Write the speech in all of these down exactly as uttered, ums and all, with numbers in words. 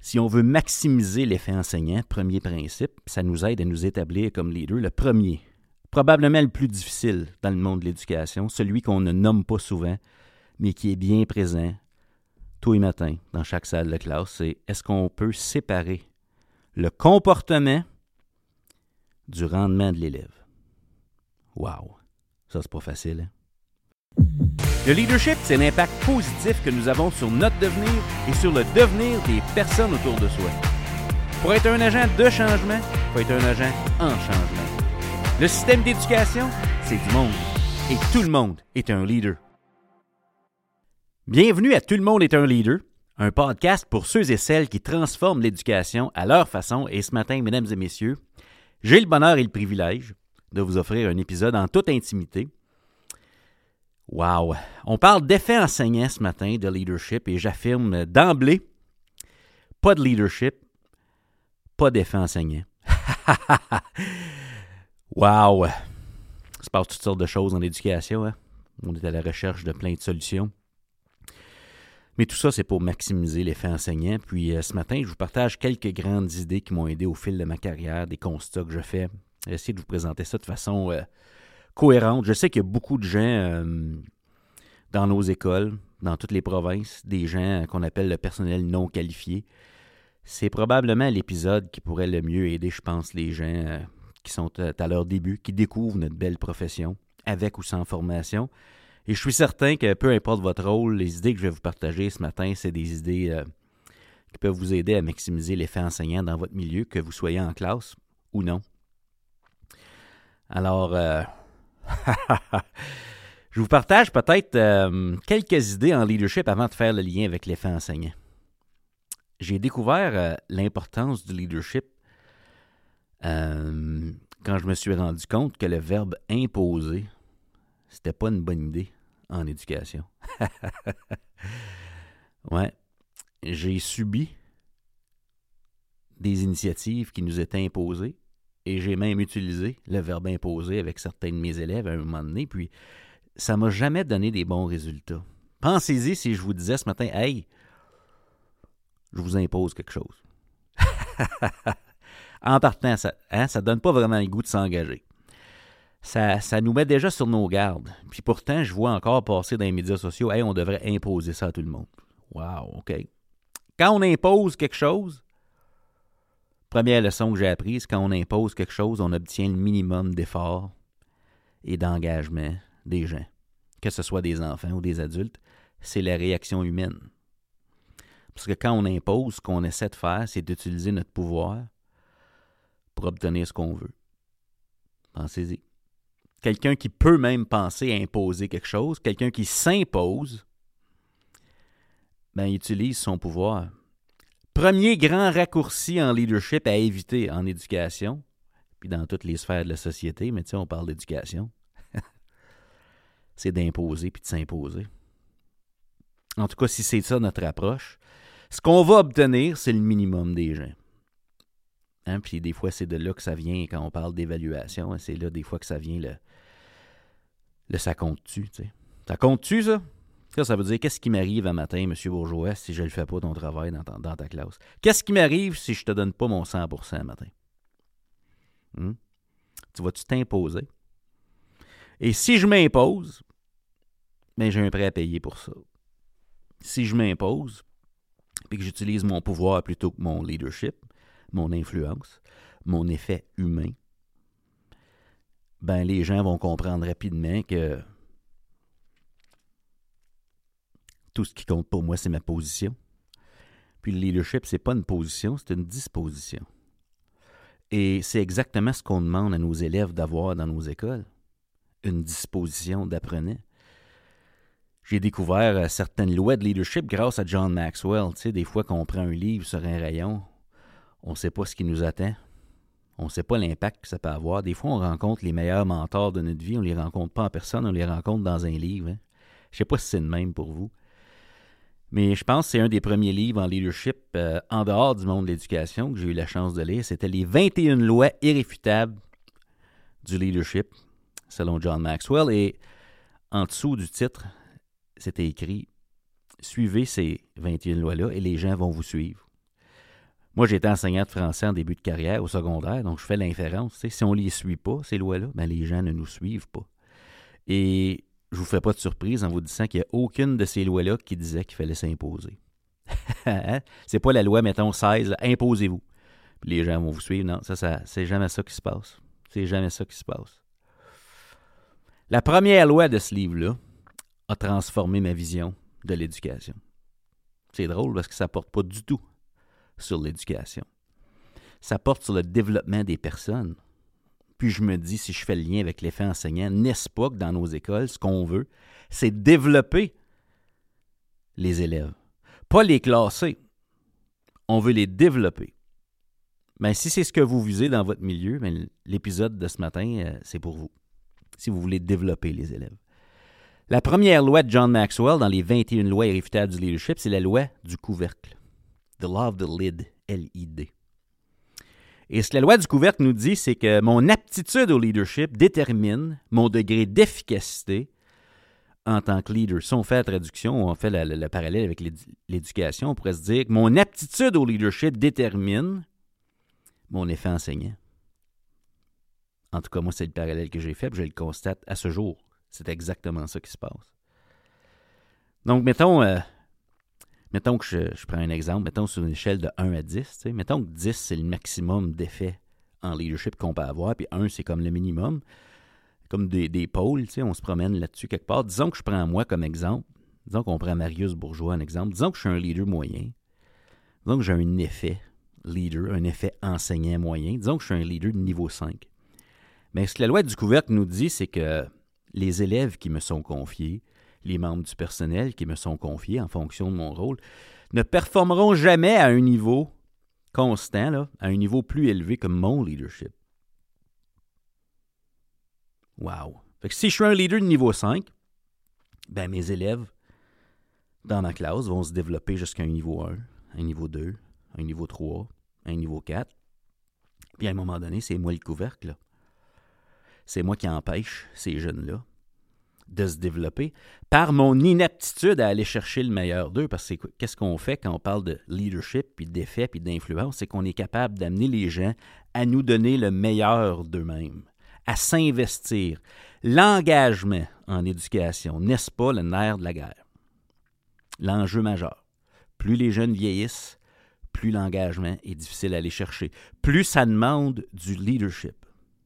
Si on veut maximiser l'effet enseignant, premier principe, ça nous aide à nous établir comme leader. Le premier, probablement le plus difficile dans le monde de l'éducation, celui qu'on ne nomme pas souvent, mais qui est bien présent tous les matins dans chaque salle de classe, c'est est-ce qu'on peut séparer le comportement du rendement de l'élève? Wow! Ça, c'est pas facile, hein? Le leadership, c'est l'impact positif que nous avons sur notre devenir et sur le devenir des personnes autour de soi. Pour être un agent de changement, il faut être un agent en changement. Le système d'éducation, c'est du monde. Et tout le monde est un leader. Bienvenue à Tout le monde est un leader, un podcast pour ceux et celles qui transforment l'éducation à leur façon. Et ce matin, mesdames et messieurs, j'ai le bonheur et le privilège de vous offrir un épisode en toute intimité. Wow! On parle d'effet enseignant ce matin, de leadership, et j'affirme d'emblée, pas de leadership, pas d'effet enseignant. Wow! Il se passe toutes sortes de choses en éducation, hein? On est à la recherche de plein de solutions. Mais tout ça, c'est pour maximiser l'effet enseignant. Puis euh, ce matin, je vous partage quelques grandes idées qui m'ont aidé au fil de ma carrière, des constats que je fais. J'ai essayé de vous présenter ça de façon euh, cohérente. Je sais qu'il y a beaucoup de gens euh, dans nos écoles, dans toutes les provinces, des gens qu'on appelle le personnel non qualifié. C'est probablement l'épisode qui pourrait le mieux aider, je pense, les gens euh, qui sont à leur début, qui découvrent notre belle profession, avec ou sans formation. Et je suis certain que peu importe votre rôle, les idées que je vais vous partager ce matin, c'est des idées euh, qui peuvent vous aider à maximiser l'effet enseignant dans votre milieu, que vous soyez en classe ou non. Alors, euh, je vous partage peut-être euh, quelques idées en leadership avant de faire le lien avec l'effet enseignant. J'ai découvert euh, l'importance du leadership euh, quand je me suis rendu compte que le verbe « imposer », c'était pas une bonne idée en éducation. Ouais, j'ai subi des initiatives qui nous étaient imposées et j'ai même utilisé le verbe imposer avec certains de mes élèves à un moment donné, puis ça m'a jamais donné des bons résultats. Pensez-y si je vous disais ce matin, hey, je vous impose quelque chose. En partant, ça hein, ça donne pas vraiment le goût de s'engager. Ça, ça nous met déjà sur nos gardes. Puis pourtant, je vois encore passer dans les médias sociaux, hey, on devrait imposer ça à tout le monde. Wow, OK. Quand on impose quelque chose, première leçon que j'ai apprise, quand on impose quelque chose, on obtient le minimum d'effort et d'engagement des gens. Que ce soit des enfants ou des adultes, c'est la réaction humaine. Parce que quand on impose, ce qu'on essaie de faire, c'est d'utiliser notre pouvoir pour obtenir ce qu'on veut. Pensez-y. Quelqu'un qui peut même penser à imposer quelque chose, quelqu'un qui s'impose, ben, il utilise son pouvoir. Premier grand raccourci en leadership à éviter en éducation, puis dans toutes les sphères de la société, mais tu sais, on parle d'éducation, c'est d'imposer puis de s'imposer. En tout cas, si c'est ça notre approche, ce qu'on va obtenir, c'est le minimum des gens. Hein? Puis des fois, c'est de là que ça vient quand on parle d'évaluation. Hein? C'est là des fois que ça vient le, le ça compte-tu. Tu sais. Ça compte-tu, ça? Ça, ça veut dire qu'est-ce qui m'arrive un matin, M. Bourgeois, si je ne le fais pas ton travail dans ta, dans ta classe? Qu'est-ce qui m'arrive si je ne te donne pas mon cent pour cent un matin? Hum? Tu vas-tu t'imposer? Et si je m'impose, bien, j'ai un prêt à payer pour ça. Si je m'impose, puis que j'utilise mon pouvoir plutôt que mon leadership, mon influence, mon effet humain, ben les gens vont comprendre rapidement que tout ce qui compte pour moi, c'est ma position. Puis le leadership, c'est pas une position, c'est une disposition. Et c'est exactement ce qu'on demande à nos élèves d'avoir dans nos écoles. Une disposition d'apprenant. J'ai découvert euh, certaines lois de leadership grâce à John Maxwell. Tu sais, des fois qu'on prend un livre sur un rayon, on ne sait pas ce qui nous attend. On ne sait pas l'impact que ça peut avoir. Des fois, on rencontre les meilleurs mentors de notre vie. On ne les rencontre pas en personne, on les rencontre dans un livre. Hein. Je ne sais pas si c'est le même pour vous. Mais je pense que c'est un des premiers livres en leadership euh, en dehors du monde de l'éducation que j'ai eu la chance de lire. C'était les vingt et une lois irréfutables du leadership, selon John Maxwell. Et en dessous du titre, c'était écrit « Suivez ces vingt et une lois-là et les gens vont vous suivre. » Moi, j'ai été enseignant de français en début de carrière au secondaire, donc je fais l'inférence. Tu sais, si on ne les suit pas, ces lois-là, ben les gens ne nous suivent pas. Et je ne vous fais pas de surprise en vous disant qu'il n'y a aucune de ces lois-là qui disait qu'il fallait s'imposer. C'est pas la loi, mettons, seize, là, imposez-vous. Puis les gens vont vous suivre. Non, ça, ça, c'est jamais ça qui se passe. C'est jamais ça qui se passe. La première loi de ce livre-là a transformé ma vision de l'éducation. C'est drôle parce que ça ne porte pas du tout sur l'éducation. Ça porte sur le développement des personnes. Puis je me dis, si je fais le lien avec l'effet enseignant, n'est-ce pas que dans nos écoles, ce qu'on veut, c'est développer les élèves. Pas les classer. On veut les développer. Bien, si c'est ce que vous visez dans votre milieu, bien, l'épisode de ce matin, euh, c'est pour vous. Si vous voulez développer les élèves. La première loi de John Maxwell dans les vingt et une lois irréfutables du leadership, c'est la loi du couvercle. The law of the lid, L I D. Et ce que la loi du couvercle nous dit, c'est que mon aptitude au leadership détermine mon degré d'efficacité en tant que leader. Si on fait la traduction, on fait le, le, le parallèle avec l'éducation, on pourrait se dire que mon aptitude au leadership détermine mon effet enseignant. En tout cas, moi, c'est le parallèle que j'ai fait, puis je le constate à ce jour. C'est exactement ça qui se passe. Donc, mettons, euh, mettons que je, je prends un exemple, mettons sur une échelle de un à dix, tu sais, mettons que dix, c'est le maximum d'effets en leadership qu'on peut avoir, puis un, c'est comme le minimum, comme des, des pôles, tu sais, on se promène là-dessus quelque part. Disons que je prends moi comme exemple, disons qu'on prend Marius Bourgeois en exemple, disons que je suis un leader moyen, disons que j'ai un effet leader, un effet enseignant moyen, disons que je suis un leader de niveau cinq. Mais ce que la loi du couvercle nous dit, c'est que les élèves qui me sont confiés, les membres du personnel qui me sont confiés en fonction de mon rôle, ne performeront jamais à un niveau constant, là, à un niveau plus élevé que mon leadership. Wow! Fait que si je suis un leader de niveau cinq, ben mes élèves dans ma classe vont se développer jusqu'à un niveau un, un niveau deux, un niveau trois, un niveau quatre. Puis à un moment donné, c'est moi le couvercle, là. C'est moi qui empêche ces jeunes-là de se développer par mon inaptitude à aller chercher le meilleur d'eux. Parce que qu'est-ce qu'on fait quand on parle de leadership, puis d'effet, puis d'influence? C'est qu'on est capable d'amener les gens à nous donner le meilleur d'eux-mêmes, à s'investir. L'engagement en éducation, n'est-ce pas le nerf de la guerre? L'enjeu majeur. Plus les jeunes vieillissent, plus l'engagement est difficile à aller chercher. Plus ça demande du leadership.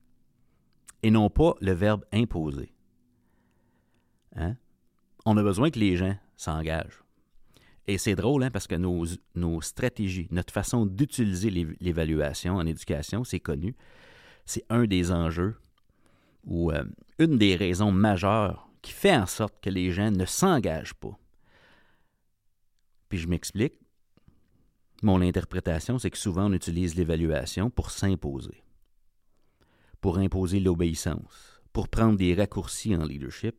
Et non pas le verbe imposer. Hein? On a besoin que les gens s'engagent. Et c'est drôle, hein, parce que nos, nos stratégies, notre façon d'utiliser l'évaluation en éducation, c'est connu. C'est un des enjeux ou euh, une des raisons majeures qui fait en sorte que les gens ne s'engagent pas. Puis je m'explique. Mon interprétation, c'est que souvent on utilise l'évaluation pour s'imposer, pour imposer l'obéissance, pour prendre des raccourcis en leadership.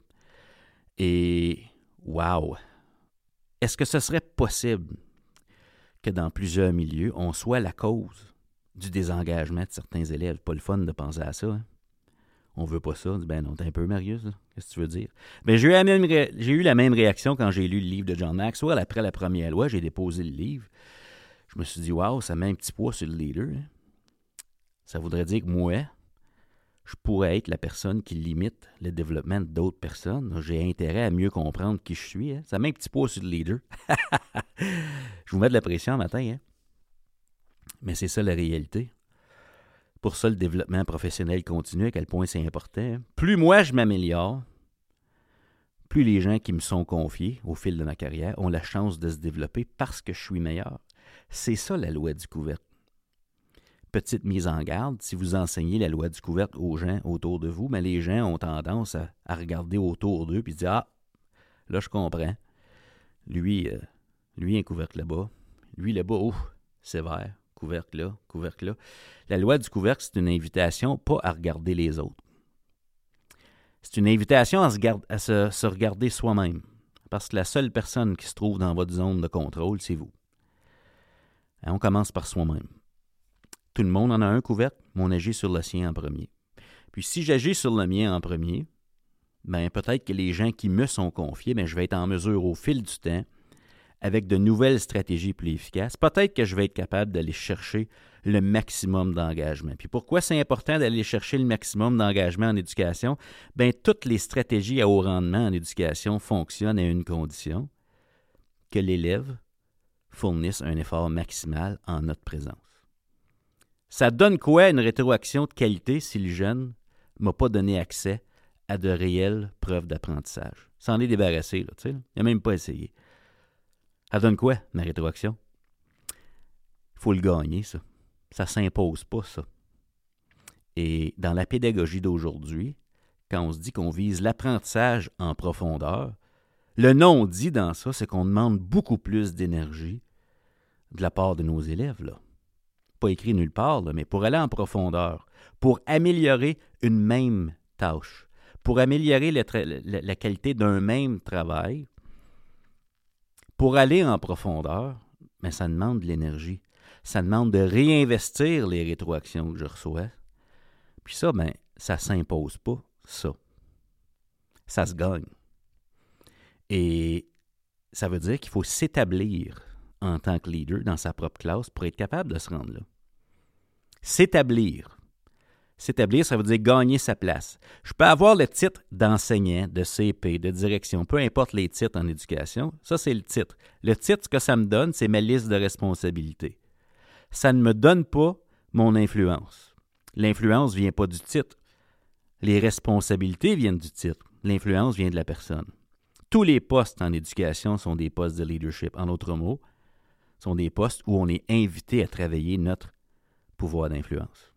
Et, wow! Est-ce que ce serait possible que dans plusieurs milieux, on soit la cause du désengagement de certains élèves? Pas le fun de penser à ça. Hein? On veut pas ça. On dit, ben non, t'es un peu Marius, là. Qu'est-ce que tu veux dire? Ben, j'ai eu la même, ré... j'ai eu la même réaction quand j'ai lu le livre de John Maxwell. Après la première loi, j'ai déposé le livre. Je me suis dit, wow, ça met un petit poids sur le leader. Hein? Ça voudrait dire que moi, je pourrais être la personne qui limite le développement d'autres personnes. J'ai intérêt à mieux comprendre qui je suis. Hein? Ça met un petit poids sur le leader. Je vous mets de la pression le matin. Hein? Mais c'est ça la réalité. Pour ça, le développement professionnel continu, à quel point c'est important. Hein? Plus moi, je m'améliore, plus les gens qui me sont confiés au fil de ma carrière ont la chance de se développer parce que je suis meilleur. C'est ça la loi du couvercle. Petite mise en garde, si vous enseignez la loi du couvercle aux gens autour de vous, mais les gens ont tendance à, à regarder autour d'eux et dire « Ah, là je comprends. Lui, euh, lui un couvercle là-bas. Lui là-bas, oh, sévère. Couvercle là, couvercle là. » La loi du couvercle, c'est une invitation pas à regarder les autres. C'est une invitation à se, garde, à se, se regarder soi-même. Parce que la seule personne qui se trouve dans votre zone de contrôle, c'est vous. Et on commence par soi-même. Tout le monde en a un couvercle, mais on agit sur le sien en premier. Puis si j'agis sur le mien en premier, ben peut-être que les gens qui me sont confiés, ben je vais être en mesure au fil du temps avec de nouvelles stratégies plus efficaces, peut-être que je vais être capable d'aller chercher le maximum d'engagement. Puis pourquoi c'est important d'aller chercher le maximum d'engagement en éducation? Bien, toutes les stratégies à haut rendement en éducation fonctionnent à une condition, que l'élève fournisse un effort maximal en notre présence. Ça donne quoi une rétroaction de qualité si le jeune ne m'a pas donné accès à de réelles preuves d'apprentissage? Ça en est débarrassé, là, tu sais. Il n'a même pas essayé. Ça donne quoi, ma rétroaction? Il faut le gagner, ça. Ça ne s'impose pas, ça. Et dans la pédagogie d'aujourd'hui, quand on se dit qu'on vise l'apprentissage en profondeur, le non-dit dans ça, c'est qu'on demande beaucoup plus d'énergie de la part de nos élèves, là. Pas écrit nulle part, là, mais pour aller en profondeur, pour améliorer une même tâche, pour améliorer le tra- la, la qualité d'un même travail, pour aller en profondeur, mais ça demande de l'énergie. Ça demande de réinvestir les rétroactions que je reçois. Puis ça, ben, ça ne s'impose pas, ça. Ça se gagne. Et ça veut dire qu'il faut s'établir en tant que leader dans sa propre classe pour être capable de se rendre là. S'établir. S'établir, ça veut dire gagner sa place. Je peux avoir le titre d'enseignant, de C P, de direction, peu importe les titres en éducation. Ça, c'est le titre. Le titre, ce que ça me donne, c'est ma liste de responsabilités. Ça ne me donne pas mon influence. L'influence ne vient pas du titre. Les responsabilités viennent du titre. L'influence vient de la personne. Tous les postes en éducation sont des postes de leadership. En d'autres mots, sont des postes où on est invité à travailler notre pouvoir d'influence.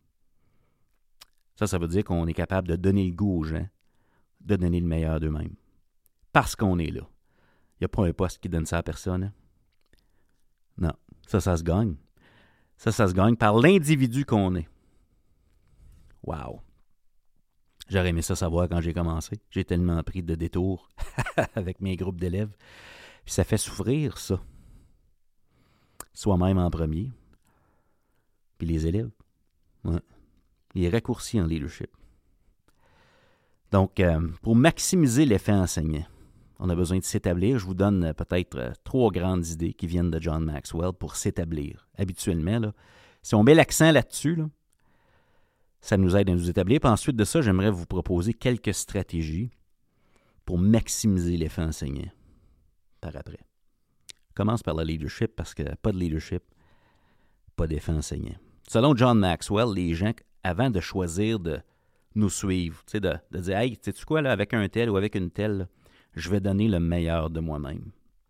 Ça, ça veut dire qu'on est capable de donner le goût aux gens, de donner le meilleur d'eux-mêmes. Parce qu'on est là. Il n'y a pas un poste qui donne ça à personne. Hein? Non. Ça, ça se gagne. Ça, ça se gagne par l'individu qu'on est. Wow! J'aurais aimé ça savoir quand j'ai commencé. J'ai tellement pris de détours avec mes groupes d'élèves. Puis ça fait souffrir, ça. Soi-même en premier. Puis les élèves. Ouais. Les raccourcis en leadership. Donc, euh, pour maximiser l'effet enseignant, on a besoin de s'établir. Je vous donne euh, peut-être euh, trois grandes idées qui viennent de John Maxwell pour s'établir. Habituellement, là, si on met l'accent là-dessus, là, ça nous aide à nous établir. Puis ensuite de ça, j'aimerais vous proposer quelques stratégies pour maximiser l'effet enseignant par après. Je commence par le leadership parce que pas de leadership, pas d'effet enseignant. Selon John Maxwell, les gens, avant de choisir de nous suivre, tu sais, de, de dire « Hey, sais-tu quoi, là, avec un tel ou avec une telle, là, je vais donner le meilleur de moi-même. »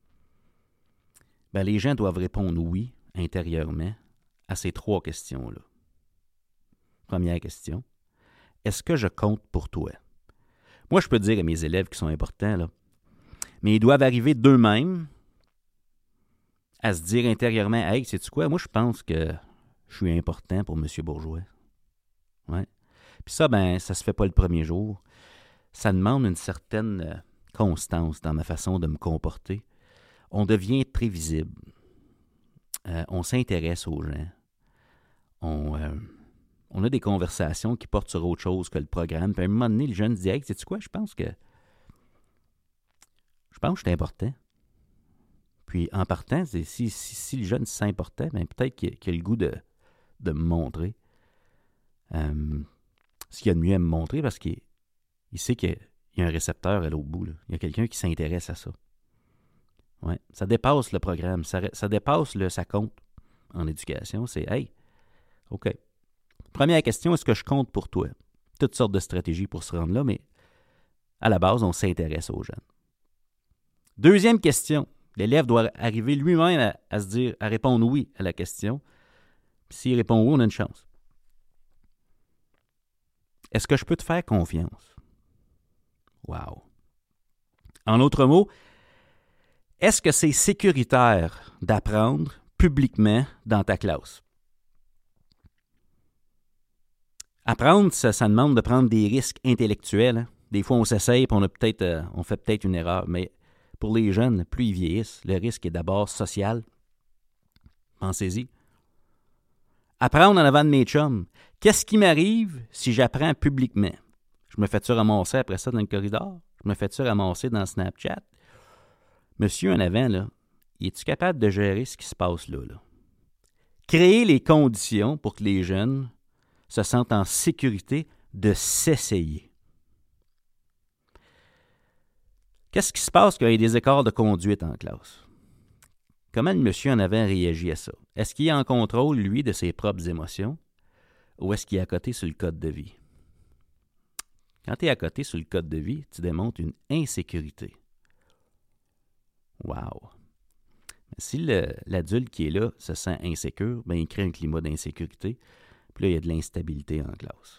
Ben, les gens doivent répondre oui, intérieurement, à ces trois questions-là. Première question, est-ce que je compte pour toi? Moi, je peux dire à mes élèves qui sont importants, là, mais ils doivent arriver d'eux-mêmes à se dire intérieurement, « Hey, sais-tu quoi, moi, je pense que je suis important pour M. Bourgeois. » Ouais. Puis ça, ben, ça se fait pas le premier jour. Ça demande une certaine euh, constance dans ma façon de me comporter. On devient prévisible. Euh, on s'intéresse aux gens. On, euh, on a des conversations qui portent sur autre chose que le programme. Puis à un moment donné, le jeune dit « Hey, sais-tu quoi, je pense que je pense que je suis important. » Puis en partant, c'est, si, si, si le jeune se sent important, ben, peut-être qu'il, qu'il a le goût de, de me montrer. Euh, ce qu'il y a de mieux à me montrer parce qu'il il sait qu'il y a un récepteur à l'autre bout. Là. Il y a quelqu'un qui s'intéresse à ça. Ouais. Ça dépasse le programme. Ça, ça dépasse le ça compte en éducation. C'est « Hey, OK. Première question, est-ce que je compte pour toi? » Toutes sortes de stratégies pour se rendre là, mais à la base, on s'intéresse aux jeunes. Deuxième question. L'élève doit arriver lui-même à, à se dire, à répondre oui à la question. Puis s'il répond oui, on a une chance. Est-ce que je peux te faire confiance? Wow! En d'autres mots, est-ce que c'est sécuritaire d'apprendre publiquement dans ta classe? Apprendre, ça, ça demande de prendre des risques intellectuels. Hein? Des fois, on s'essaye et on, a peut-être, euh, on fait peut-être une erreur. Mais pour les jeunes, plus ils vieillissent, le risque est d'abord social. Pensez-y. Apprendre en avant de mes chums. Qu'est-ce qui m'arrive si j'apprends publiquement? Je me fais-tu ramasser après ça dans le corridor? Je me fais-tu ramasser dans Snapchat? Monsieur en avant, là, es-tu capable de gérer ce qui se passe là, là? Créer les conditions pour que les jeunes se sentent en sécurité de s'essayer. Qu'est-ce qui se passe quand il y a des écarts de conduite en classe? Comment le monsieur en avait réagi à ça? Est-ce qu'il est en contrôle, lui, de ses propres émotions ou est-ce qu'il est à côté sur le code de vie? Quand tu es à côté sur le code de vie, tu démontres une insécurité. Wow! Si le, l'adulte qui est là se sent insécure, bien, il crée un climat d'insécurité, puis là, il y a de l'instabilité en classe.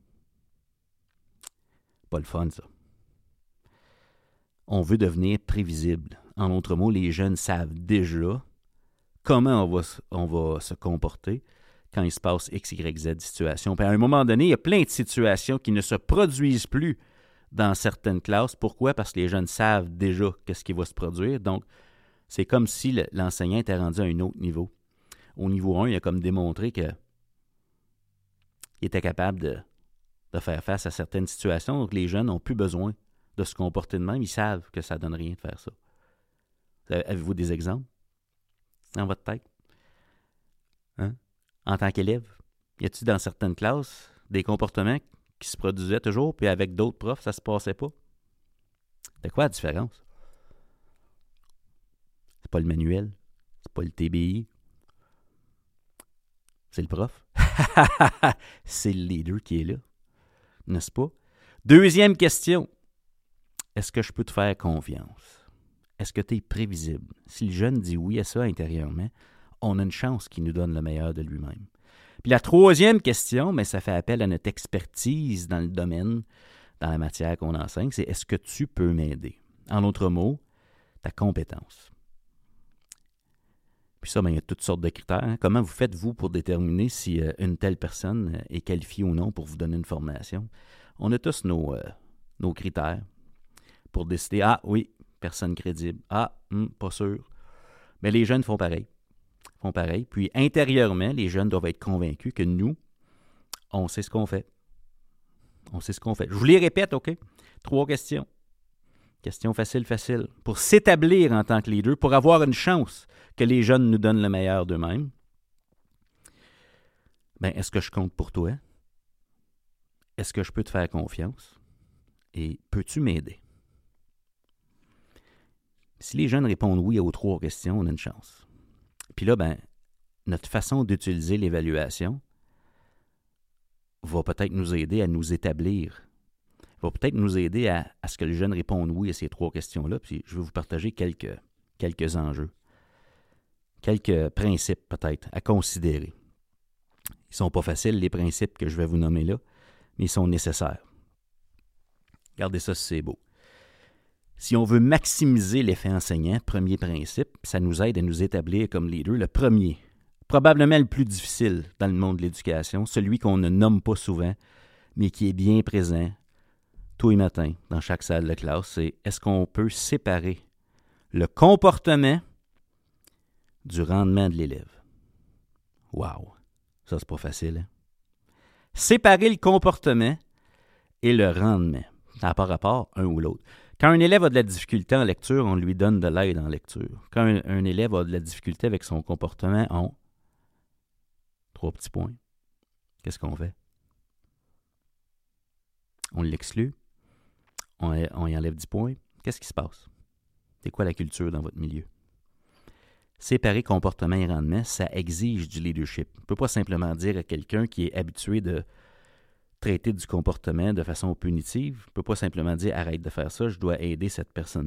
Pas le fun, ça. On veut devenir prévisible. En d'autres mots, les jeunes savent déjà comment on va, on va se comporter quand il se passe X, Y, Z situation. Puis à un moment donné, il y a plein de situations qui ne se produisent plus dans certaines classes. Pourquoi? Parce que les jeunes savent déjà qu'est-ce qui va se produire. Donc, c'est comme si le, l'enseignant était rendu à un autre niveau. Au niveau un, il a comme démontré qu'il était capable de, de faire face à certaines situations. Donc, les jeunes n'ont plus besoin de se comporter de même. Ils savent que ça ne donne rien de faire ça. Avez-vous des exemples dans votre tête? Hein? En tant qu'élève, y a-t-il dans certaines classes des comportements qui se produisaient toujours, puis avec d'autres profs, ça se passait pas? C'est quoi la différence? C'est pas le manuel, c'est pas le T B I, c'est le prof. C'est le leader qui est là, n'est-ce pas? Deuxième question, est-ce que je peux te faire confiance? Est-ce que tu es prévisible? Si le jeune dit oui à ça intérieurement, on a une chance qu'il nous donne le meilleur de lui-même. Puis la troisième question, mais ça fait appel à notre expertise dans le domaine, dans la matière qu'on enseigne, c'est est-ce que tu peux m'aider? En d'autres mots, ta compétence. Puis ça, bien, il y a toutes sortes de critères. Hein. Comment vous faites-vous pour déterminer si euh, une telle personne est qualifiée ou non pour vous donner une formation? On a tous nos, euh, nos critères pour décider, ah oui, personne crédible, ah, hum, pas sûr. Mais les jeunes font pareil. font pareil. Puis intérieurement, les jeunes doivent être convaincus que nous, on sait ce qu'on fait. On sait ce qu'on fait. Je vous les répète, OK? Trois questions. Question facile, facile. Pour s'établir en tant que leader, pour avoir une chance que les jeunes nous donnent le meilleur d'eux-mêmes, bien, est-ce que je compte pour toi? Est-ce que je peux te faire confiance? Et peux-tu m'aider? Si les jeunes répondent oui aux trois questions, on a une chance. Puis là, ben, notre façon d'utiliser l'évaluation va peut-être nous aider à nous établir, va peut-être nous aider à, à ce que le jeune réponde oui à ces trois questions-là. Puis je vais vous partager quelques, quelques enjeux, quelques principes peut-être à considérer. Ils ne sont pas faciles, les principes que je vais vous nommer là, mais ils sont nécessaires. Regardez ça si c'est beau. Si on veut maximiser l'effet enseignant, premier principe, ça nous aide à nous établir comme leader. Le premier, probablement le plus difficile dans le monde de l'éducation, celui qu'on ne nomme pas souvent, mais qui est bien présent tous les matins dans chaque salle de classe, c'est est-ce qu'on peut séparer le comportement du rendement de l'élève? Wow! Ça, c'est pas facile, hein? Séparer le comportement et le rendement. Ça n'a pas rapport un ou l'autre. Quand un élève a de la difficulté en lecture, on lui donne de l'aide en lecture. Quand un, un élève a de la difficulté avec son comportement, on... Trois petits points. Qu'est-ce qu'on fait? On l'exclut. On, on y enlève dix points. Qu'est-ce qui se passe? C'est quoi la culture dans votre milieu? Séparer comportement et rendement, ça exige du leadership. On ne peut pas simplement dire à quelqu'un qui est habitué de traiter du comportement de façon punitive. Je ne peux pas simplement dire « arrête de faire ça, je dois aider cette personne-là »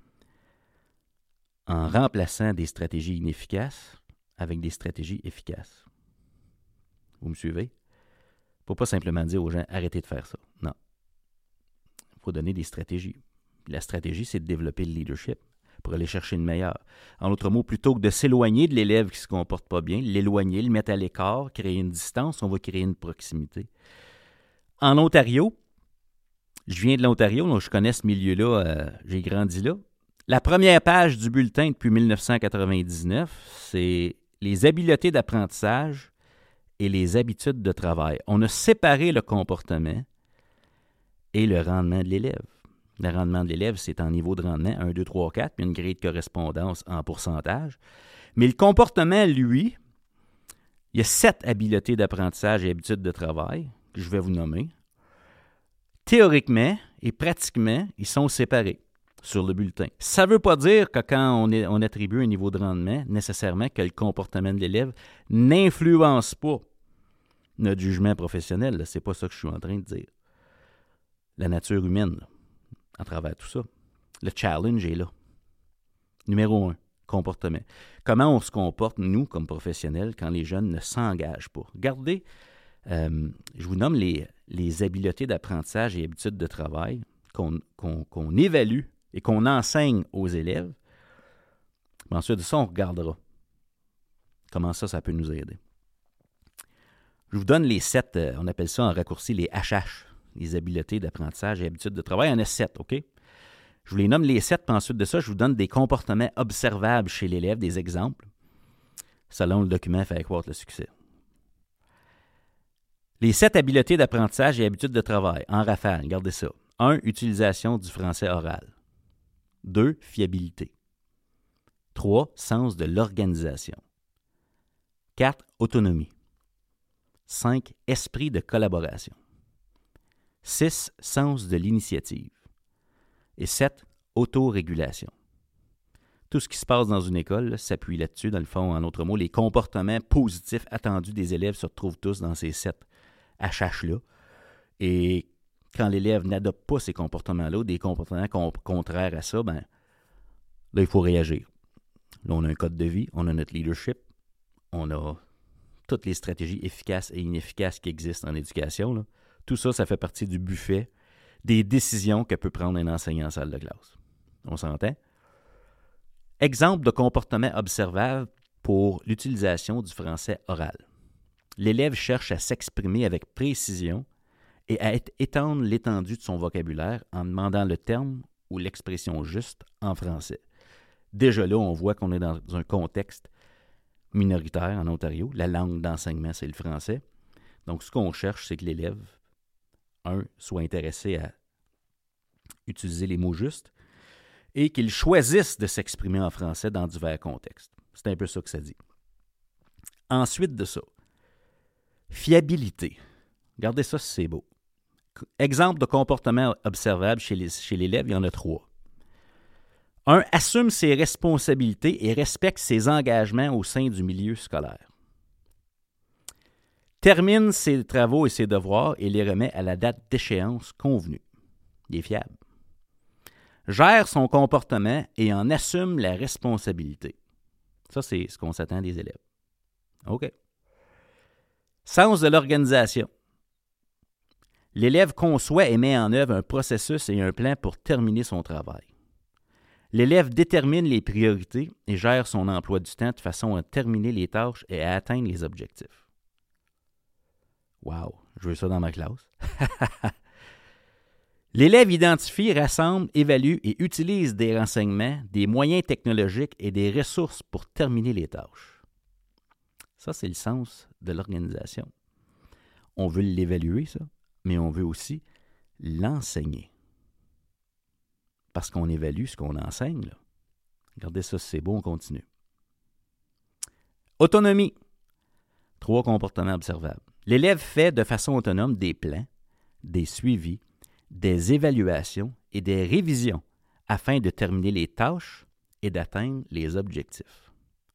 en remplaçant des stratégies inefficaces avec des stratégies efficaces. Vous me suivez? Il ne faut pas simplement dire aux gens « arrêtez de faire ça ». Non. Il faut donner des stratégies. La stratégie, c'est de développer le leadership pour aller chercher le meilleur. En d'autres mots, plutôt que de s'éloigner de l'élève qui ne se comporte pas bien, l'éloigner, le mettre à l'écart, créer une distance, on va créer une proximité. En Ontario, je viens de l'Ontario, donc je connais ce milieu-là, euh, j'ai grandi là. La première page du bulletin depuis dix-neuf cent quatre-vingt-dix-neuf, c'est les habiletés d'apprentissage et les habitudes de travail. On a séparé le comportement et le rendement de l'élève. Le rendement de l'élève, c'est en niveau de rendement un, deux, trois, quatre, puis une grille de correspondance en pourcentage. Mais le comportement, lui, il y a sept habiletés d'apprentissage et habitudes de travail que je vais vous nommer. Théoriquement et pratiquement, ils sont séparés sur le bulletin. Ça ne veut pas dire que quand on, est, on attribue un niveau de rendement, nécessairement que le comportement de l'élève n'influence pas notre jugement professionnel. Ce n'est pas ça que je suis en train de dire. La nature humaine, là, à travers tout ça. Le challenge est là. Numéro un, comportement. Comment on se comporte, nous, comme professionnels, quand les jeunes ne s'engagent pas? Regardez, euh, je vous nomme les, les habiletés d'apprentissage et habitudes de travail qu'on, qu'on, qu'on évalue et qu'on enseigne aux élèves. Mais ensuite de ça, on regardera comment ça, ça peut nous aider. Je vous donne les sept, euh, on appelle ça en raccourci les H H, les habiletés d'apprentissage et habitudes de travail. Il y en a sept, OK? Je vous les nomme les sept, puis ensuite de ça, je vous donne des comportements observables chez l'élève, des exemples, selon le document fait accroître le succès. Les sept habiletés d'apprentissage et habitudes de travail, en rafale, regardez ça. un. Utilisation du français oral. deux. Fiabilité. trois. Sens de l'organisation. quatre. Autonomie. cinq. Esprit de collaboration. six. Sens de l'initiative. Et sept. Autorégulation. Tout ce qui se passe dans une école là, s'appuie là-dessus. Dans le fond, en autres mots, les comportements positifs attendus des élèves se retrouvent tous dans ces sept H H-là. Et quand l'élève n'adopte pas ces comportements-là, des comportements com- contraires à ça, ben, là, il faut réagir. Là, on a un code de vie, on a notre leadership, on a toutes les stratégies efficaces et inefficaces qui existent en éducation. Là. Tout ça, ça fait partie du buffet des décisions que peut prendre un enseignant en salle de classe. On s'entend? Exemple de comportement observable pour l'utilisation du français oral. L'élève cherche à s'exprimer avec précision et à étendre l'étendue de son vocabulaire en demandant le terme ou l'expression juste en français. Déjà là, on voit qu'on est dans un contexte minoritaire en Ontario. La langue d'enseignement, c'est le français. Donc, ce qu'on cherche, c'est que l'élève, un, soit intéressé à utiliser les mots justes et qu'il choisisse de s'exprimer en français dans divers contextes. C'est un peu ça que ça dit. Ensuite de ça, fiabilité. Regardez ça si c'est beau. Exemple de comportement observable chez, les, chez l'élève, il y en a trois. Un, assume ses responsabilités et respecte ses engagements au sein du milieu scolaire. Termine ses travaux et ses devoirs et les remet à la date d'échéance convenue. Il est fiable. Gère son comportement et en assume la responsabilité. Ça, c'est ce qu'on s'attend des élèves. OK. Sens de l'organisation. L'élève conçoit et met en œuvre un processus et un plan pour terminer son travail. L'élève détermine les priorités et gère son emploi du temps de façon à terminer les tâches et à atteindre les objectifs. Wow, je veux ça dans ma classe. L'élève identifie, rassemble, évalue et utilise des renseignements, des moyens technologiques et des ressources pour terminer les tâches. Ça, c'est le sens de l'organisation. On veut l'évaluer, ça, mais on veut aussi l'enseigner. Parce qu'on évalue ce qu'on enseigne, là. Regardez ça, c'est beau, on continue. Autonomie. Trois comportements observables. L'élève fait de façon autonome des plans, des suivis, des évaluations et des révisions afin de terminer les tâches et d'atteindre les objectifs.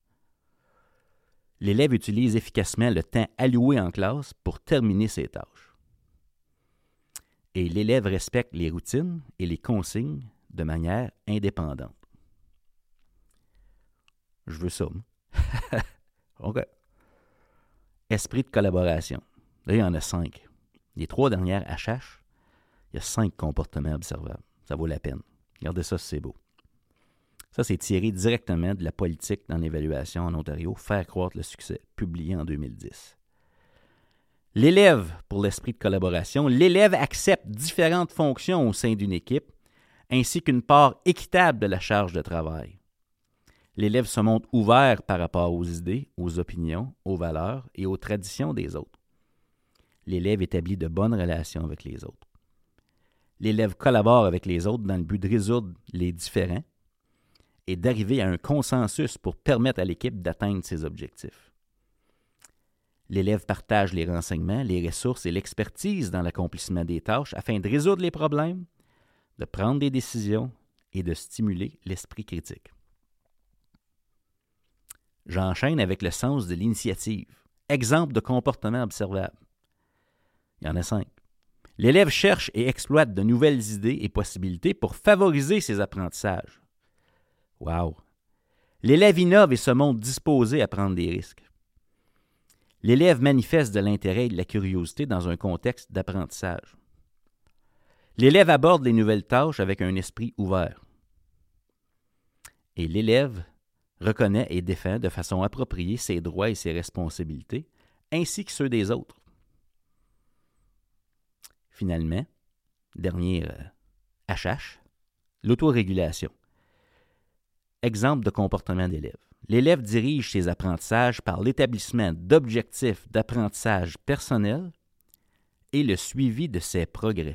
L'élève utilise efficacement le temps alloué en classe pour terminer ses tâches. Et l'élève respecte les routines et les consignes de manière indépendante. Je veux ça. OK. Esprit de collaboration. Là, il y en a cinq. Les trois dernières H H, il y a cinq comportements observables. Ça vaut la peine. Regardez ça, c'est beau. Ça, c'est tiré directement de la politique dans l'évaluation en Ontario, Faire croître le succès, publié en deux mille dix. L'élève, pour l'esprit de collaboration, l'élève accepte différentes fonctions au sein d'une équipe, ainsi qu'une part équitable de la charge de travail. L'élève se montre ouvert par rapport aux idées, aux opinions, aux valeurs et aux traditions des autres. L'élève établit de bonnes relations avec les autres. L'élève collabore avec les autres dans le but de résoudre les différends et d'arriver à un consensus pour permettre à l'équipe d'atteindre ses objectifs. L'élève partage les renseignements, les ressources et l'expertise dans l'accomplissement des tâches afin de résoudre les problèmes, de prendre des décisions et de stimuler l'esprit critique. J'enchaîne avec le sens de l'initiative. Exemple de comportement observable. Il y en a cinq. L'élève cherche et exploite de nouvelles idées et possibilités pour favoriser ses apprentissages. Wow! L'élève innove et se montre disposé à prendre des risques. L'élève manifeste de l'intérêt et de la curiosité dans un contexte d'apprentissage. L'élève aborde les nouvelles tâches avec un esprit ouvert. Et l'élève reconnaît et défend de façon appropriée ses droits et ses responsabilités, ainsi que ceux des autres. Finalement, dernier euh, H H, l'autorégulation. Exemple de comportement d'élève. L'élève dirige ses apprentissages par l'établissement d'objectifs d'apprentissage personnel et le suivi de ses progrès.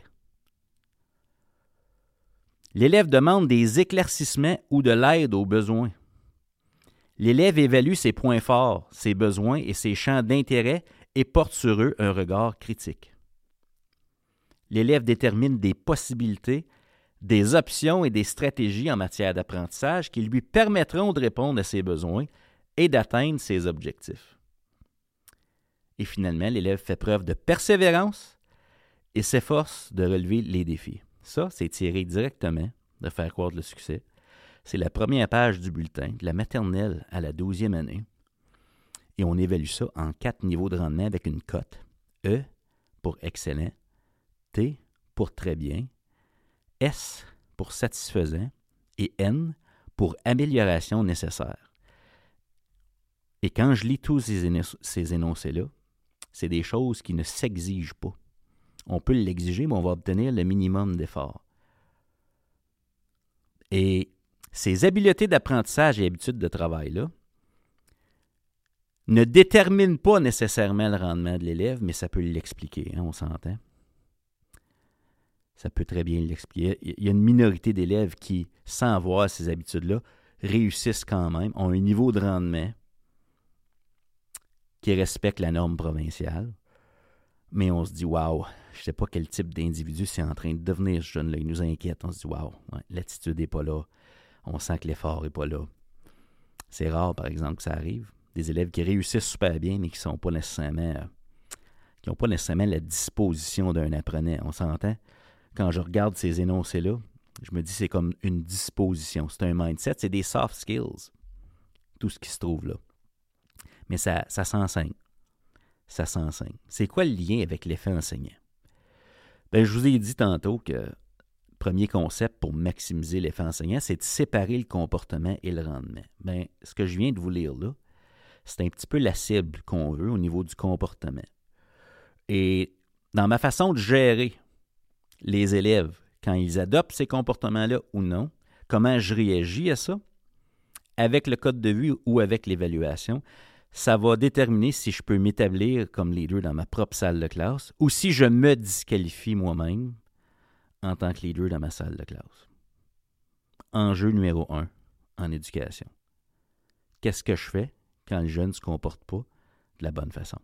L'élève demande des éclaircissements ou de l'aide aux besoins. L'élève évalue ses points forts, ses besoins et ses champs d'intérêt et porte sur eux un regard critique. L'élève détermine des possibilités, des options et des stratégies en matière d'apprentissage qui lui permettront de répondre à ses besoins et d'atteindre ses objectifs. Et finalement, l'élève fait preuve de persévérance et s'efforce de relever les défis. Ça, c'est tiré directement de Faire croître le succès. C'est la première page du bulletin, de la maternelle à la douzième année. Et on évalue ça en quatre niveaux de rendement avec une cote. E pour excellent, T pour très bien, S pour satisfaisant et N pour amélioration nécessaire. Et quand je lis tous ces, énonc- ces énoncés-là, c'est des choses qui ne s'exigent pas. On peut l'exiger, mais on va obtenir le minimum d'efforts. Et ces habiletés d'apprentissage et habitudes de travail-là ne déterminent pas nécessairement le rendement de l'élève, mais ça peut l'expliquer, hein, on s'entend. Ça peut très bien l'expliquer. Il y a une minorité d'élèves qui, sans avoir ces habitudes-là, réussissent quand même, ont un niveau de rendement qui respecte la norme provinciale. Mais on se dit, waouh, je ne sais pas quel type d'individu c'est en train de devenir ce jeune-là. Il nous inquiète. On se dit, waouh, ouais, l'attitude n'est pas là. On sent que l'effort n'est pas là. C'est rare, par exemple, que ça arrive. Des élèves qui réussissent super bien, mais qui sont pas nécessairement, euh, qui n'ont pas nécessairement la disposition d'un apprenant. On s'entend? Quand je regarde ces énoncés-là, je me dis c'est comme une disposition. C'est un mindset, c'est des soft skills. Tout ce qui se trouve là. Mais ça, ça s'enseigne. Ça s'enseigne. C'est quoi le lien avec l'effet enseignant? Bien, je vous ai dit tantôt que le premier concept pour maximiser l'effet enseignant, c'est de séparer le comportement et le rendement. Bien, ce que je viens de vous lire là, c'est un petit peu la cible qu'on veut au niveau du comportement. Et dans ma façon de gérer les élèves, quand ils adoptent ces comportements-là ou non, comment je réagis à ça, avec le code de vue ou avec l'évaluation, ça va déterminer si je peux m'établir comme leader dans ma propre salle de classe ou si je me disqualifie moi-même en tant que leader dans ma salle de classe. Enjeu numéro un en éducation. Qu'est-ce que je fais quand le jeune ne se comporte pas de la bonne façon?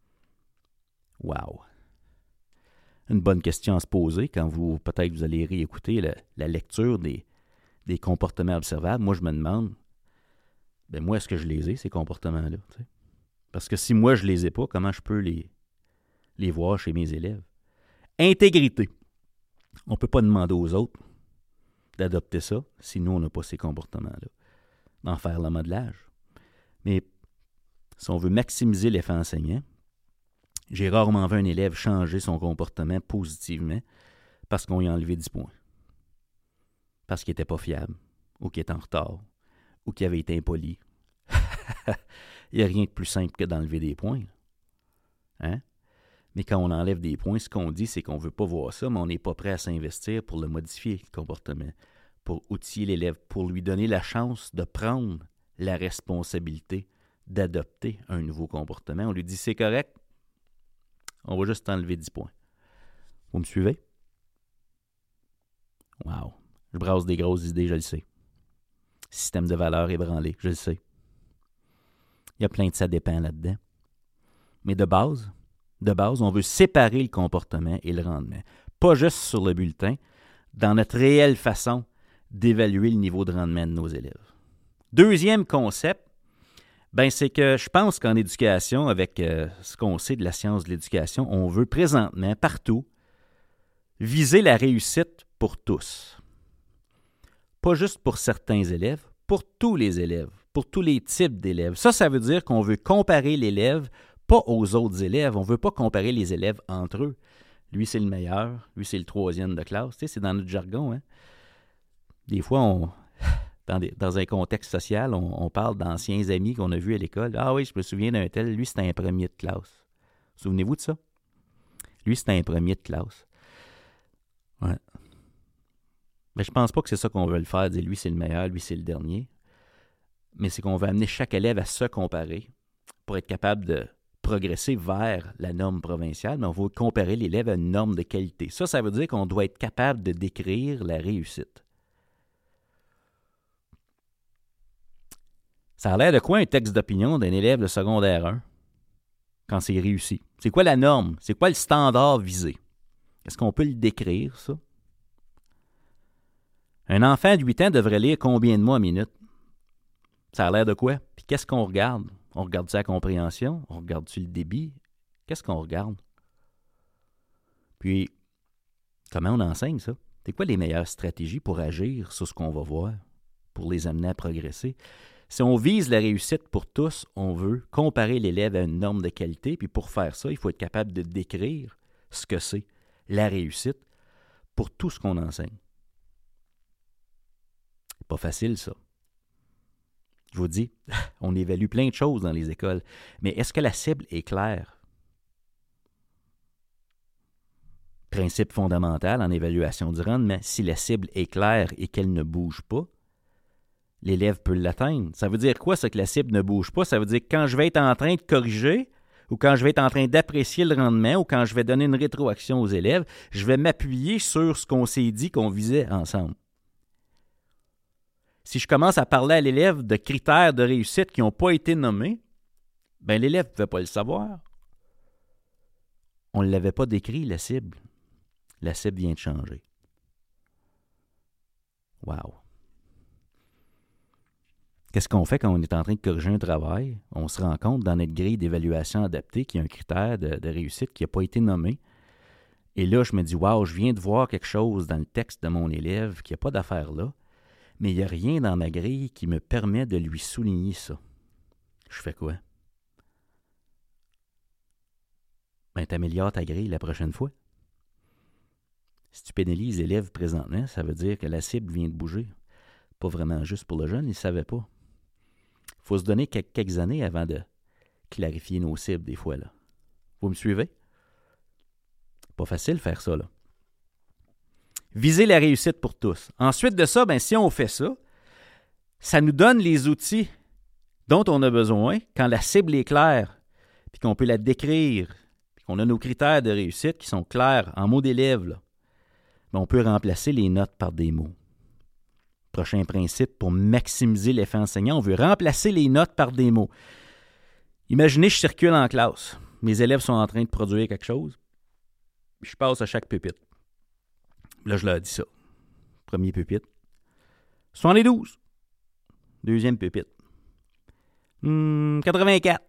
Wow! Une bonne question à se poser quand vous, peut-être vous allez réécouter la, la lecture des, des comportements observables. Moi, je me demande, ben moi, est-ce que je les ai, ces comportements-là? T'sais? Parce que si moi, je les ai pas, comment je peux les, les voir chez mes élèves? Intégrité. On ne peut pas demander aux autres d'adopter ça si nous, on n'a pas ces comportements-là. D'en faire le modelage. Mais si on veut maximiser l'effet enseignant, j'ai rarement vu un élève changer son comportement positivement parce qu'on lui a enlevé dix points. Parce qu'il n'était pas fiable, ou qu'il était en retard, ou qu'il avait été impoli. Il n'y a rien de plus simple que d'enlever des points. Hein? Mais quand on enlève des points, ce qu'on dit, c'est qu'on ne veut pas voir ça, mais on n'est pas prêt à s'investir pour le modifier, le comportement, pour outiller l'élève, pour lui donner la chance de prendre la responsabilité d'adopter un nouveau comportement. On lui dit, c'est correct, on va juste enlever dix points. Vous me suivez? Wow. Je brasse des grosses idées, je le sais. Système de valeurs ébranlé, je le sais. Il y a plein de ça dépend là-dedans. Mais de base, de base, on veut séparer le comportement et le rendement. Pas juste sur le bulletin, dans notre réelle façon d'évaluer le niveau de rendement de nos élèves. Deuxième concept, ben c'est que je pense qu'en éducation, avec euh, ce qu'on sait de la science de l'éducation, on veut présentement, partout, viser la réussite pour tous. Pas juste pour certains élèves, pour tous les élèves, pour tous les types d'élèves. Ça, ça veut dire qu'on veut comparer l'élève pas aux autres élèves. On ne veut pas comparer les élèves entre eux. Lui, c'est le meilleur. Lui, c'est le troisième de classe. Tu sais, c'est dans notre jargon. Hein? Des fois, on, dans, des, dans un contexte social, on, on parle d'anciens amis qu'on a vus à l'école. Ah oui, je me souviens d'un tel. Lui, c'était un premier de classe. Souvenez-vous de ça? Lui, c'était un premier de classe. Ouais. Mais je pense pas que c'est ça qu'on veut le faire, dire lui c'est le meilleur, lui c'est le dernier. Mais c'est qu'on veut amener chaque élève à se comparer pour être capable de progresser vers la norme provinciale, mais on veut comparer l'élève à une norme de qualité. Ça, ça veut dire qu'on doit être capable de décrire la réussite. Ça a l'air de quoi un texte d'opinion d'un élève de secondaire un quand c'est réussi? C'est quoi la norme? C'est quoi le standard visé? Est-ce qu'on peut le décrire, ça? Un enfant de huit ans devrait lire combien de mots à minute? Ça a l'air de quoi? Puis qu'est-ce qu'on regarde? On regarde-tu la compréhension? On regarde-tu le débit? Qu'est-ce qu'on regarde? Puis, comment on enseigne ça? C'est quoi les meilleures stratégies pour agir sur ce qu'on va voir, pour les amener à progresser? Si on vise la réussite pour tous, on veut comparer l'élève à une norme de qualité, puis pour faire ça, il faut être capable de décrire ce que c'est la réussite pour tout ce qu'on enseigne. Pas facile, ça. Je vous dis, on évalue plein de choses dans les écoles, mais est-ce que la cible est claire? Principe fondamental en évaluation du rendement, si la cible est claire et qu'elle ne bouge pas, l'élève peut l'atteindre. Ça veut dire quoi, ça, que la cible ne bouge pas? Ça veut dire que quand je vais être en train de corriger, ou quand je vais être en train d'apprécier le rendement, ou quand je vais donner une rétroaction aux élèves, je vais m'appuyer sur ce qu'on s'est dit qu'on visait ensemble. Si je commence à parler à l'élève de critères de réussite qui n'ont pas été nommés, bien l'élève ne pouvait pas le savoir. On ne l'avait pas décrit, la cible. La cible vient de changer. Wow! Qu'est-ce qu'on fait quand on est en train de corriger un travail? On se rend compte dans notre grille d'évaluation adaptée qu'il y a un critère de, de réussite qui n'a pas été nommé. Et là, je me dis, wow, je viens de voir quelque chose dans le texte de mon élève qui n'a pas d'affaire là. Mais il n'y a rien dans ma grille qui me permet de lui souligner ça. Je fais quoi? Ben, tu améliores ta grille la prochaine fois. Si tu pénalises l'élève présentement, ça veut dire que la cible vient de bouger. Pas vraiment juste pour le jeune, il ne savait pas. Il faut se donner quelques, quelques années avant de clarifier nos cibles des fois, là. Vous me suivez? Pas facile de faire ça, là. Viser la réussite pour tous. Ensuite de ça, ben, si on fait ça, ça nous donne les outils dont on a besoin quand la cible est claire, puis qu'on peut la décrire, puis qu'on a nos critères de réussite qui sont clairs en mots d'élève, là. Ben, on peut remplacer les notes par des mots. Prochain principe pour maximiser l'effet enseignant, on veut remplacer les notes par des mots. Imaginez, je circule en classe. Mes élèves sont en train de produire quelque chose. Je passe à chaque pupitre. Là, je leur dis ça. Premier pupitre. soixante-douze. Deuxième pupitre. Hmm, quatre-vingt-quatre.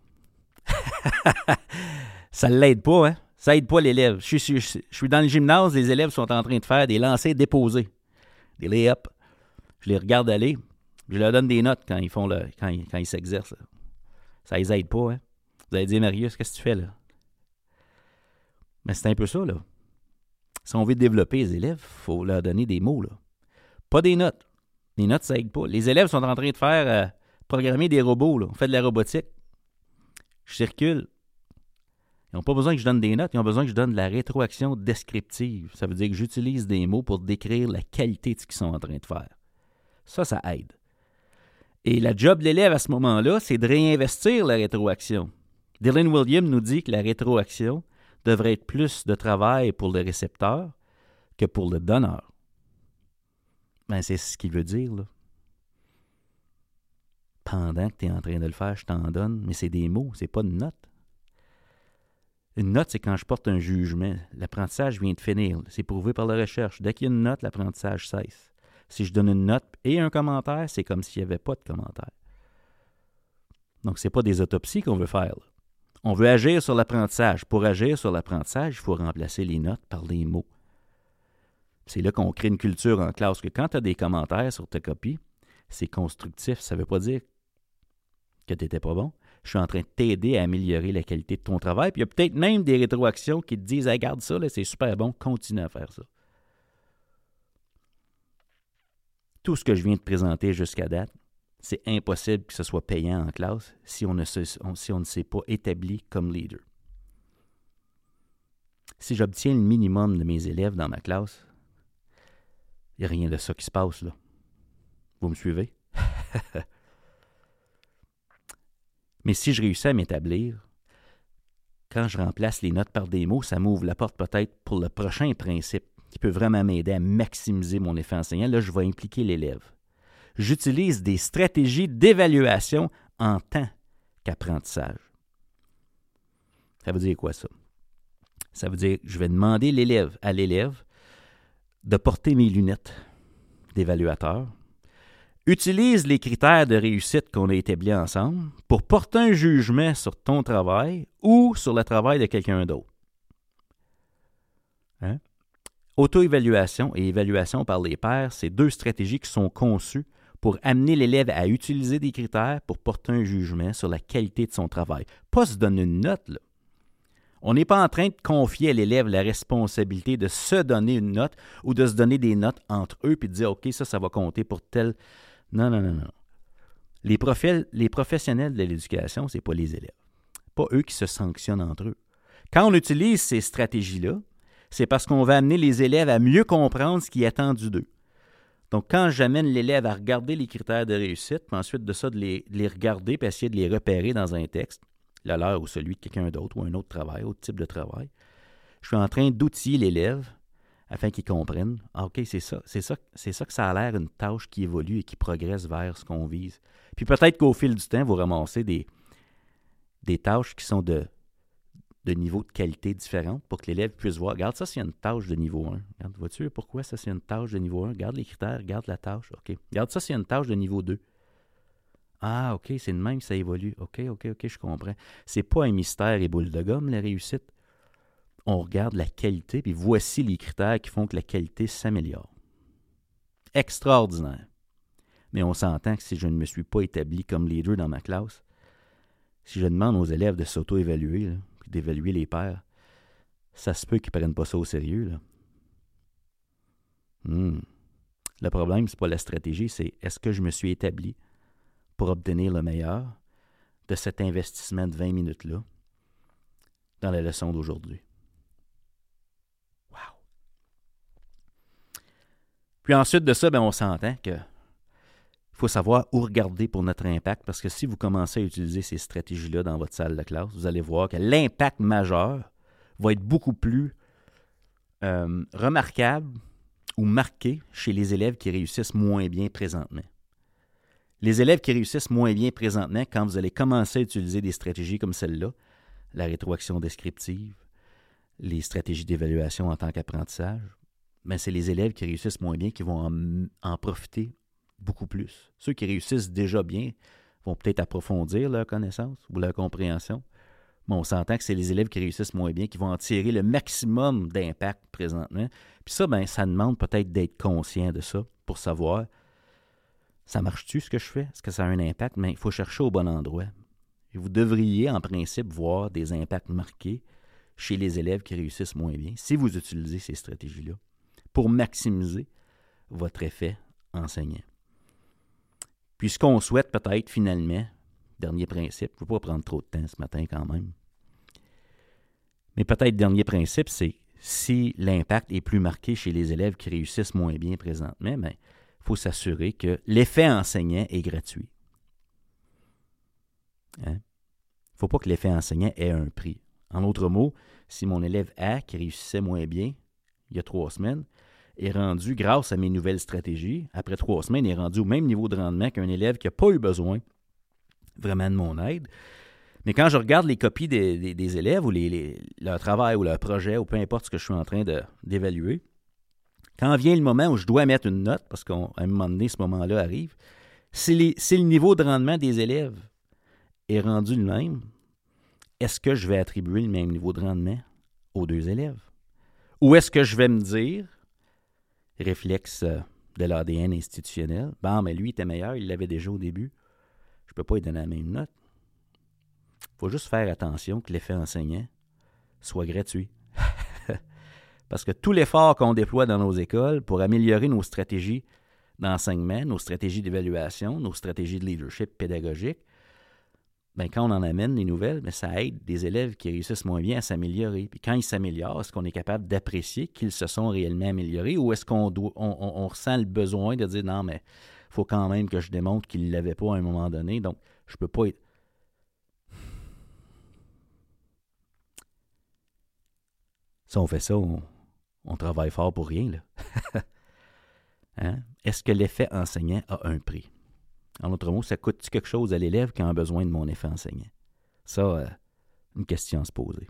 Ça ne l'aide pas, hein? Ça n'aide pas l'élève. Je suis, je, je suis dans le gymnase, les élèves sont en train de faire des lancers déposés. Des lay-ups. Je les regarde aller. Je leur donne des notes quand ils font le, quand ils, quand ils s'exercent. Ça ne les aide pas, hein? Vous allez dire, Marius, qu'est-ce que tu fais, là? Mais c'est un peu ça, là. Si on veut développer les élèves, il faut leur donner des mots, là. Pas des notes. Les notes, ça n'aide pas. Les élèves sont en train de faire euh, programmer des robots, là. On fait de la robotique. Je circule. Ils n'ont pas besoin que je donne des notes, ils ont besoin que je donne de la rétroaction descriptive. Ça veut dire que j'utilise des mots pour décrire la qualité de ce qu'ils sont en train de faire. Ça, ça aide. Et la job de l'élève à ce moment-là, c'est de réinvestir la rétroaction. Dylan Williams nous dit que la rétroaction devrait être plus de travail pour le récepteur que pour le donneur. Ben, c'est ce qu'il veut dire, là. Pendant que tu es en train de le faire, je t'en donne, mais c'est des mots, c'est pas une note. Une note, c'est quand je porte un jugement. L'apprentissage vient de finir. C'est prouvé par la recherche. Dès qu'il y a une note, l'apprentissage cesse. Si je donne une note et un commentaire, c'est comme s'il n'y avait pas de commentaire. Donc, ce n'est pas des autopsies qu'on veut faire, là. On veut agir sur l'apprentissage. Pour agir sur l'apprentissage, il faut remplacer les notes par les mots. C'est là qu'on crée une culture en classe que quand tu as des commentaires sur ta copie, c'est constructif. Ça ne veut pas dire que tu n'étais pas bon. Je suis en train de t'aider à améliorer la qualité de ton travail. Puis il y a peut-être même des rétroactions qui te disent hey, « Regarde ça, là, c'est super bon, continue à faire ça. » Tout ce que je viens de présenter jusqu'à date, c'est impossible que ce soit payant en classe si on ne, se, si on ne s'est pas établi comme leader. Si j'obtiens le minimum de mes élèves dans ma classe, il n'y a rien de ça qui se passe là. Vous me suivez? Mais si je réussis à m'établir, quand je remplace les notes par des mots, ça m'ouvre la porte peut-être pour le prochain principe qui peut vraiment m'aider à maximiser mon effet enseignant. Là, je vais impliquer l'élève. J'utilise des stratégies d'évaluation en tant qu'apprentissage. Ça veut dire quoi ça? Ça veut dire que je vais demander l'élève, à l'élève de porter mes lunettes d'évaluateur. Utilise les critères de réussite qu'on a établis ensemble pour porter un jugement sur ton travail ou sur le travail de quelqu'un d'autre. Hein? Auto-évaluation et évaluation par les pairs, c'est deux stratégies qui sont conçues pour amener l'élève à utiliser des critères pour porter un jugement sur la qualité de son travail. Pas se donner une note, là. On n'est pas en train de confier à l'élève la responsabilité de se donner une note ou de se donner des notes entre eux puis de dire « OK, ça, ça va compter pour tel... » Non, non, non, non. Les, profils, les professionnels de l'éducation, ce n'est pas les élèves. Pas eux qui se sanctionnent entre eux. Quand on utilise ces stratégies-là, c'est parce qu'on va amener les élèves à mieux comprendre ce qui est attendu d'eux. Donc, quand j'amène l'élève à regarder les critères de réussite, puis ensuite de ça, de les, de les regarder puis essayer de les repérer dans un texte, le leur ou celui de quelqu'un d'autre ou un autre travail, autre type de travail, je suis en train d'outiller l'élève afin qu'il comprenne, ah, OK, c'est ça, c'est ça, c'est ça que ça a l'air une tâche qui évolue et qui progresse vers ce qu'on vise. Puis peut-être qu'au fil du temps, vous ramassez des, des tâches qui sont de, de niveau de qualité différents pour que l'élève puisse voir, regarde ça, c'est une tâche de niveau un. Regarde, vois-tu pourquoi ça, c'est une tâche de niveau un? Regarde les critères, regarde la tâche. OK. Regarde ça, c'est une tâche de niveau deux. Ah, OK, c'est de même que ça évolue. OK, OK, OK, je comprends. C'est pas un mystère et boule de gomme, la réussite. On regarde la qualité, puis voici les critères qui font que la qualité s'améliore. Extraordinaire. Mais on s'entend que si je ne me suis pas établi comme leader dans ma classe, si je demande aux élèves de s'auto-évaluer, là, puis d'évaluer les pairs, ça se peut qu'ils ne prennent pas ça au sérieux, là. Hmm. Le problème, ce n'est pas la stratégie, c'est est-ce que je me suis établi pour obtenir le meilleur de cet investissement de vingt minutes-là dans la leçon d'aujourd'hui. Wow! Puis ensuite de ça, ben, on s'entend qu'il faut savoir où regarder pour notre impact, parce que si vous commencez à utiliser ces stratégies-là dans votre salle de classe, vous allez voir que l'impact majeur va être beaucoup plus euh, remarquable ou marqué chez les élèves qui réussissent moins bien présentement. Les élèves qui réussissent moins bien présentement, quand vous allez commencer à utiliser des stratégies comme celle-là, la rétroaction descriptive, les stratégies d'évaluation en tant qu'apprentissage, ben c'est les élèves qui réussissent moins bien qui vont en, en profiter beaucoup plus. Ceux qui réussissent déjà bien vont peut-être approfondir leur connaissance ou leur compréhension, mais on s'entend que c'est les élèves qui réussissent moins bien qui vont en tirer le maximum d'impact présentement. Puis ça, ben, ça demande peut-être d'être conscient de ça pour savoir ça marche-tu ce que je fais? Est-ce que ça a un impact? Mais il faut chercher au bon endroit. Et vous devriez, en principe, voir des impacts marqués chez les élèves qui réussissent moins bien si vous utilisez ces stratégies-là pour maximiser votre effet enseignant. Puis ce qu'on souhaite peut-être finalement, dernier principe, je ne veux pas prendre trop de temps ce matin quand même, mais peut-être dernier principe, c'est si l'impact est plus marqué chez les élèves qui réussissent moins bien présentement, bien, il faut s'assurer que l'effet enseignant est gratuit. Hein? Il ne faut pas que l'effet enseignant ait un prix. En d'autres mots, si mon élève A, qui réussissait moins bien il y a trois semaines, est rendu, grâce à mes nouvelles stratégies, après trois semaines, est rendu au même niveau de rendement qu'un élève qui n'a pas eu besoin vraiment de mon aide. Mais quand je regarde les copies des, des, des élèves ou les, les, leur travail ou leur projet ou peu importe ce que je suis en train de, d'évaluer, quand vient le moment où je dois mettre une note, parce qu'à un moment donné, ce moment-là arrive, si, les, si le niveau de rendement des élèves est rendu le même, est-ce que je vais attribuer le même niveau de rendement aux deux élèves? Ou est-ce que je vais me dire, réflexe de l'A D N institutionnel, « Bon, mais lui, il était meilleur, il l'avait déjà au début, je ne peux pas lui donner la même note. » Il faut juste faire attention que l'effet enseignant soit gratuit. Parce que tout l'effort qu'on déploie dans nos écoles pour améliorer nos stratégies d'enseignement, nos stratégies d'évaluation, nos stratégies de leadership pédagogique, bien, quand on en amène les nouvelles, bien, ça aide des élèves qui réussissent moins bien à s'améliorer. Puis quand ils s'améliorent, est-ce qu'on est capable d'apprécier qu'ils se sont réellement améliorés ou est-ce qu'on doit, on, on, on ressent le besoin de dire « Non, mais il faut quand même que je démontre qu'ils ne l'avaient pas à un moment donné, donc je ne peux pas être... » Si on fait ça, on, on travaille fort pour rien, là. Hein? Est-ce que l'effet enseignant a un prix? En d'autres mots, ça coûte quelque chose à l'élève qui a besoin de mon effet enseignant? Ça, euh, une question à se poser.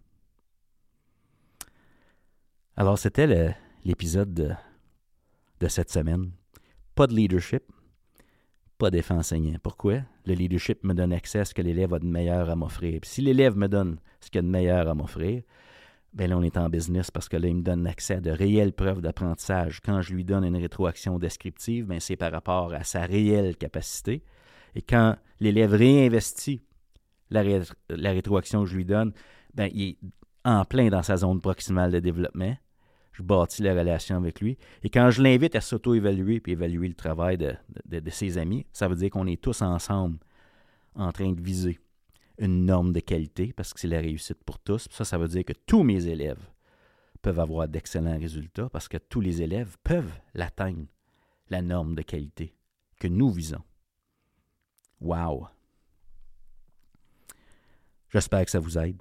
Alors, c'était le, l'épisode de, de cette semaine. Pas de leadership, pas d'effet enseignant. Pourquoi? Le leadership me donne accès à ce que l'élève a de meilleur à m'offrir. Puis si l'élève me donne ce qu'il a de meilleur à m'offrir, bien là, on est en business parce que là, il me donne accès à de réelles preuves d'apprentissage. Quand je lui donne une rétroaction descriptive, bien, c'est par rapport à sa réelle capacité. Et quand l'élève réinvestit la, ré- la rétroaction que je lui donne, bien, il est en plein dans sa zone proximale de développement. Je bâtis la relation avec lui. Et quand je l'invite à s'auto-évaluer puis évaluer le travail de, de, de ses amis, ça veut dire qu'on est tous ensemble en train de viser une norme de qualité, parce que c'est la réussite pour tous. Ça, ça veut dire que tous mes élèves peuvent avoir d'excellents résultats, parce que tous les élèves peuvent l'atteindre, la norme de qualité que nous visons. Wow! J'espère que ça vous aide.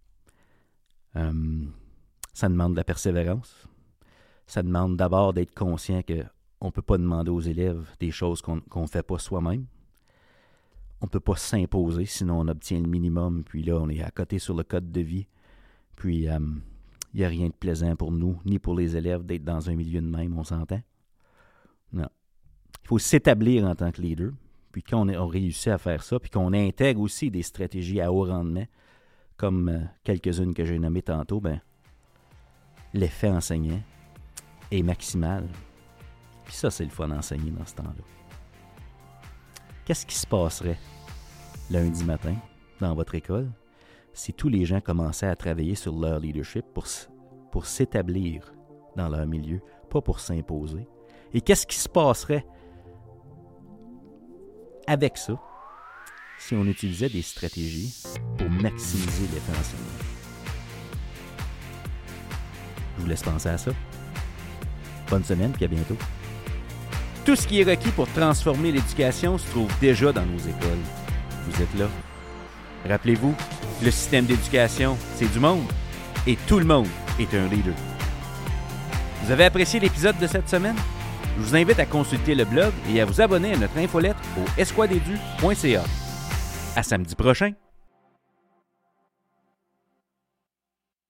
Euh, ça demande de la persévérance. Ça demande d'abord d'être conscient qu'on ne peut pas demander aux élèves des choses qu'on ne fait pas soi-même. On ne peut pas s'imposer, sinon on obtient le minimum, puis là, on est à côté sur le code de vie. Puis, il euh, n'y a rien de plaisant pour nous, ni pour les élèves, d'être dans un milieu de même, on s'entend? Non. Il faut s'établir en tant que leader, puis quand on, est, on réussit à faire ça, puis qu'on intègre aussi des stratégies à haut rendement, comme euh, quelques-unes que j'ai nommées tantôt, ben, l'effet enseignant est maximal. Puis ça, c'est le fun d'enseigner dans ce temps-là. Qu'est-ce qui se passerait lundi matin dans votre école si tous les gens commençaient à travailler sur leur leadership pour, pour s'établir dans leur milieu, pas pour s'imposer? Et qu'est-ce qui se passerait avec ça si on utilisait des stratégies pour maximiser l'effet enseignant? Je vous laisse penser à ça. Bonne semaine, puis à bientôt. Tout ce qui est requis pour transformer l'éducation se trouve déjà dans nos écoles. Vous êtes là. Rappelez-vous, le système d'éducation, c'est du monde. Et tout le monde est un leader. Vous avez apprécié l'épisode de cette semaine? Je vous invite à consulter le blog et à vous abonner à notre infolettre au esquadedu point c a. À samedi prochain!